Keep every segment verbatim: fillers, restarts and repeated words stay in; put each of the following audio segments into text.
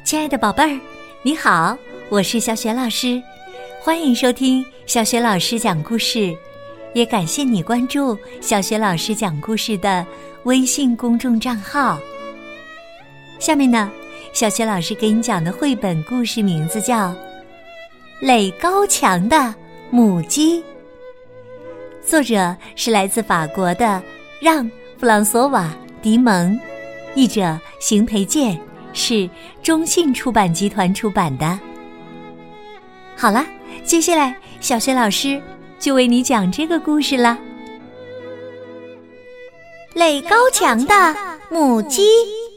亲爱的宝贝儿，你好，我是小雪老师，欢迎收听小雪老师讲故事，也感谢你关注小雪老师讲故事的微信公众账号。下面呢，小雪老师给你讲的绘本故事名字叫《垒高墙的母鸡》，作者是来自法国的让·弗朗索瓦·迪蒙，译者邢培建，是中信出版集团出版的。好了，接下来小雪老师就为你讲这个故事了。垒高墙的母鸡。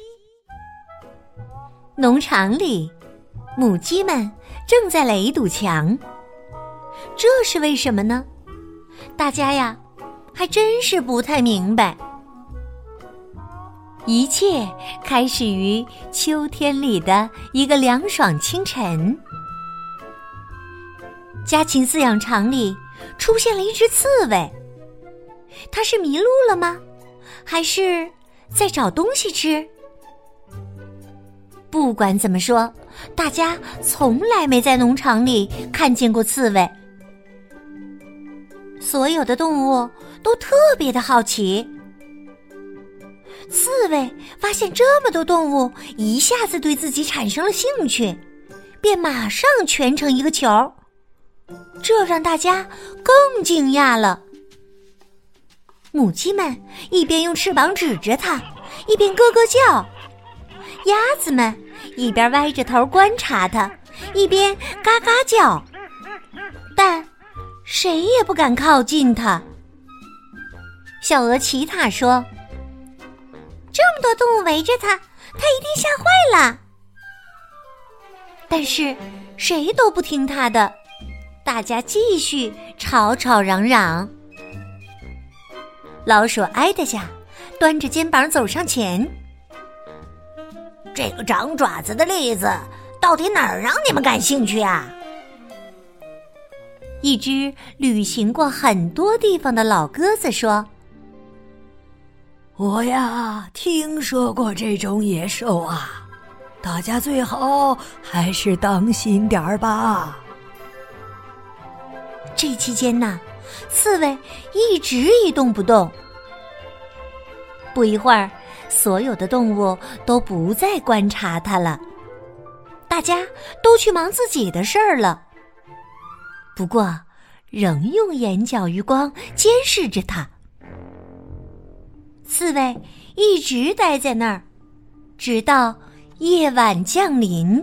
农场里，母鸡们正在垒一堵墙，这是为什么呢？大家呀，还真是不太明白。一切开始于秋天里的一个凉爽清晨。家禽饲养场里出现了一只刺猬，它是迷路了吗？还是在找东西吃？不管怎么说，大家从来没在农场里看见过刺猬。所有的动物都特别的好奇。刺猬发现这么多动物一下子对自己产生了兴趣，便马上蜷成一个球，这让大家更惊讶了。母鸡们一边用翅膀指着它，一边咯咯叫；鸭子们一边歪着头观察它，一边嘎嘎叫，但谁也不敢靠近它。小鹅奇塔说，这么多动物围着它，它一定吓坏了。但是谁都不听它的，大家继续吵吵嚷嚷。老鼠埃德加端着肩膀走上前， 这个长爪子的栗子到底哪儿让你们感兴趣啊？ 一只旅行过很多地方的老鸽子说， 我呀，听说过这种野兽啊，大家最好还是当心点儿吧。 这期间呢，刺猬一直一动不动。不一会儿，所有的动物都不再观察它了，大家都去忙自己的事儿了。不过，仍用眼角余光监视着它。刺猬一直待在那儿，直到夜晚降临。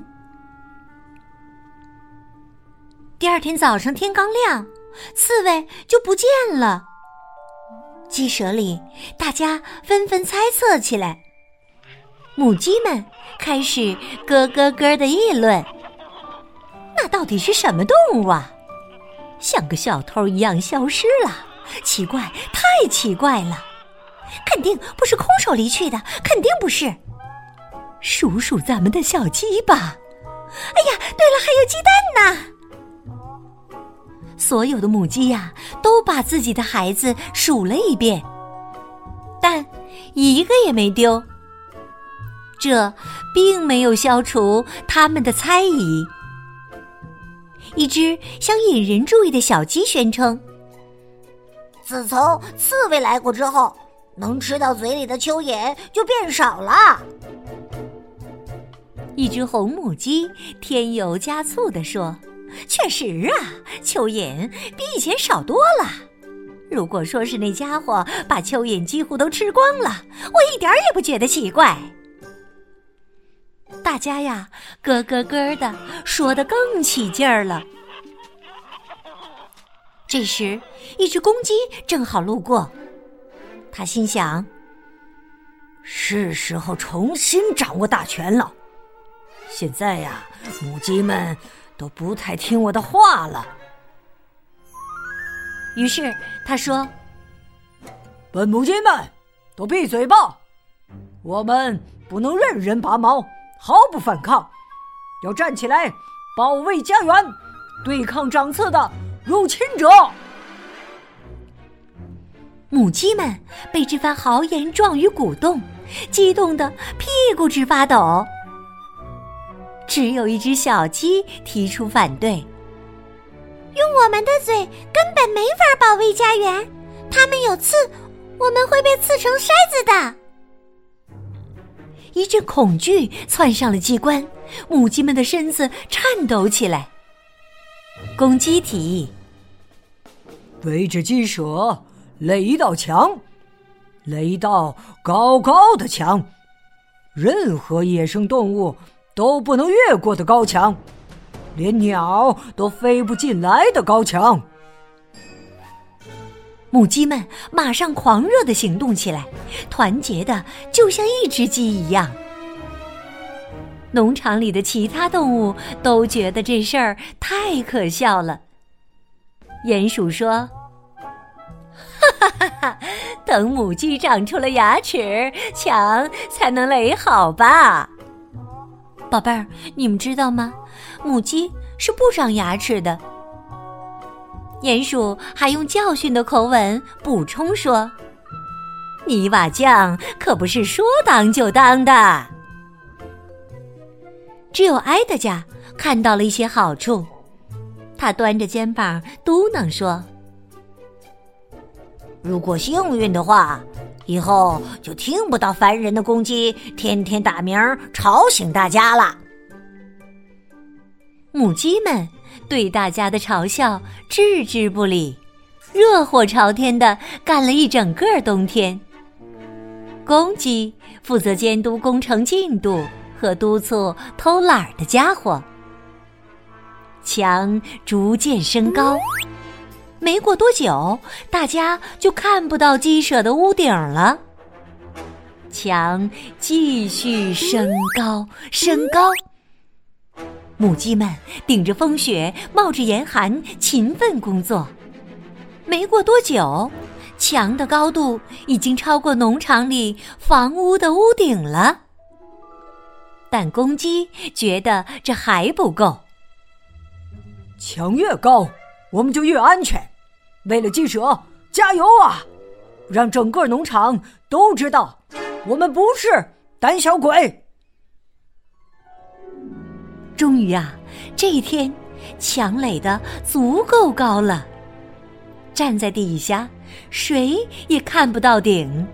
第二天早上天刚亮，刺猬就不见了。鸡舍里，大家纷纷猜测起来。母鸡们开始咯咯咯地议论：那到底是什么动物啊？像个小偷一样消失了，奇怪，太奇怪了！肯定不是空手离去的，肯定不是。数数咱们的小鸡吧。哎呀，对了，还有鸡蛋呢！所有的母鸡呀，都把自己的孩子数了一遍，但一个也没丢。这并没有消除他们的猜疑。一只想引人注意的小鸡宣称， 自从刺猬来过之后，能吃到嘴里的蚯蚓就变少了。 一只红母鸡添油加醋地说，确实啊，蚯蚓比以前少多了。如果说是那家伙把蚯蚓几乎都吃光了，我一点也不觉得奇怪。大家呀，咯咯咯的说得更起劲儿了。这时，一只公鸡正好路过，他心想， 是时候重新掌握大权了。现在呀，母鸡们都不太听我的话了。 于是他说， 本母鸡们都闭嘴吧，我们不能任人拔毛，毫不反抗，要站起来保卫家园，对抗长刺的入侵者。 母鸡们被这番豪言壮语鼓动，激动得屁股直发抖。 只有一只小鸡提出反对。 用我们的嘴根本没法保卫家园，它们有刺，我们会被刺成筛子的。 一阵恐惧窜上了鸡冠，母鸡们的身子颤抖起来。公鸡提议： 围着鸡舍垒一道墙，垒一道高高的墙，任何野生动物都不能越过的高墙，连鸟都飞不进来的高墙。 母鸡们马上狂热地行动起来，团结的就像一只鸡一样。农场里的其他动物都觉得这事儿太可笑了。鼹鼠说：哈哈哈哈，等母鸡长出了牙齿，墙才能垒好吧。宝贝儿，你们知道吗？母鸡是不长牙齿的。鼹鼠还用教训的口吻补充说：泥瓦匠可不是说当就当的。只有埃德加看到了一些好处，他端着肩膀嘟囔说： 如果幸运的话，以后就听不到烦人的公鸡天天打鸣吵醒大家了。 母鸡们对大家的嘲笑置之不理，热火朝天地干了一整个冬天。公鸡负责监督工程进度和督促偷懒的家伙。墙逐渐升高，没过多久，大家就看不到鸡舍的屋顶了。墙继续升高，升高。母鸡们顶着风雪，冒着严寒，勤奋工作。没过多久，墙的高度已经超过农场里房屋的屋顶了。但公鸡觉得这还不够。 墙越高，我们就越安全。为了鸡舍，加油啊！让整个农场都知道，我们不是胆小鬼。 终于啊，这一天墙垒得足够高了，站在底下，谁也看不到顶。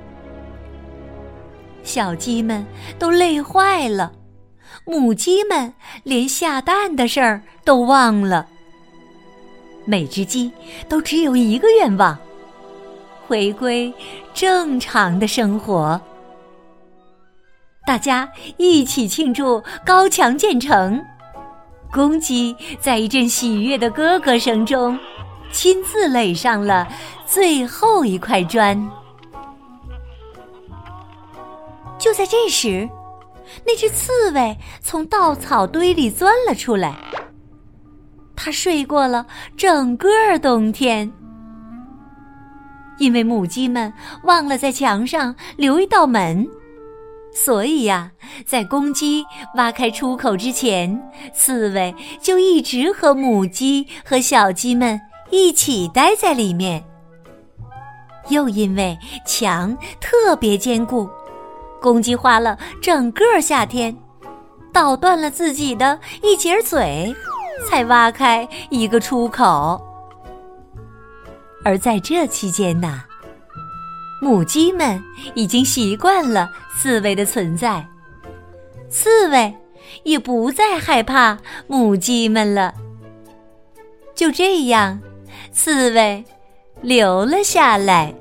小鸡们都累坏了，母鸡们连下蛋的事儿都忘了。每只鸡都只有一个愿望：回归正常的生活。大家一起庆祝高墙建成。公鸡在一阵喜悦的咯咯声中，亲自垒上了最后一块砖。就在这时，那只刺猬从稻草堆里钻了出来。它睡过了整个冬天。因为母鸡们忘了在墙上留一道门，所以呀、啊，在公鸡挖开出口之前，刺猬就一直和母鸡和小鸡们一起待在里面。又因为墙特别坚固，公鸡花了整个夏天，捣断了自己的一截嘴，才挖开一个出口。而在这期间呢，母鸡们已经习惯了刺猬的存在，刺猬也不再害怕母鸡们了。就这样，刺猬留了下来。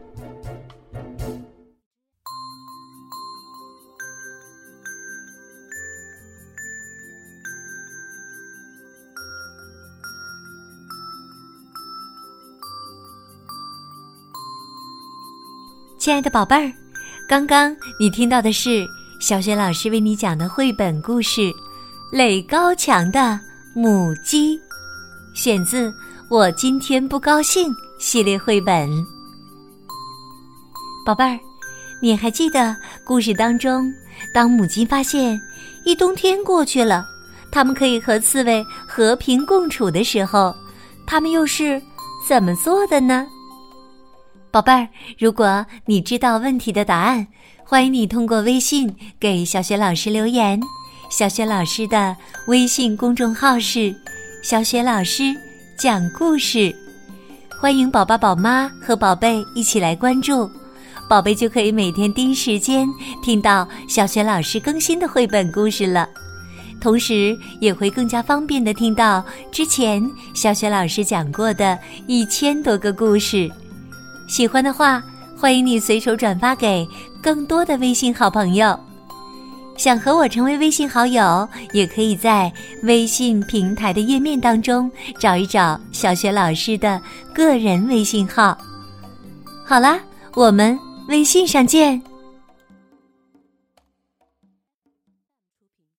亲爱的宝贝儿，刚刚你听到的是小雪老师为你讲的绘本故事《垒高墙的母鸡》，选自《我今天不高兴》系列绘本。宝贝儿，你还记得故事当中，当母鸡发现一冬天过去了，它们可以和刺猬和平共处的时候，它们又是怎么做的呢？宝贝儿，如果你知道问题的答案，欢迎你通过微信给小雪老师留言， 小雪老师的微信公众号是小雪老师讲故事，欢迎宝宝宝妈和宝贝一起来关注，宝贝就可以每天第一时间听到小雪老师更新的绘本故事了，同时也会更加方便地听到之前小雪老师讲过的一千多个故事。喜欢的话，欢迎你随手转发给更多的微信好朋友。想和我成为微信好友，也可以在微信平台的页面当中找一找小雪老师的个人微信号。好啦，我们微信上见。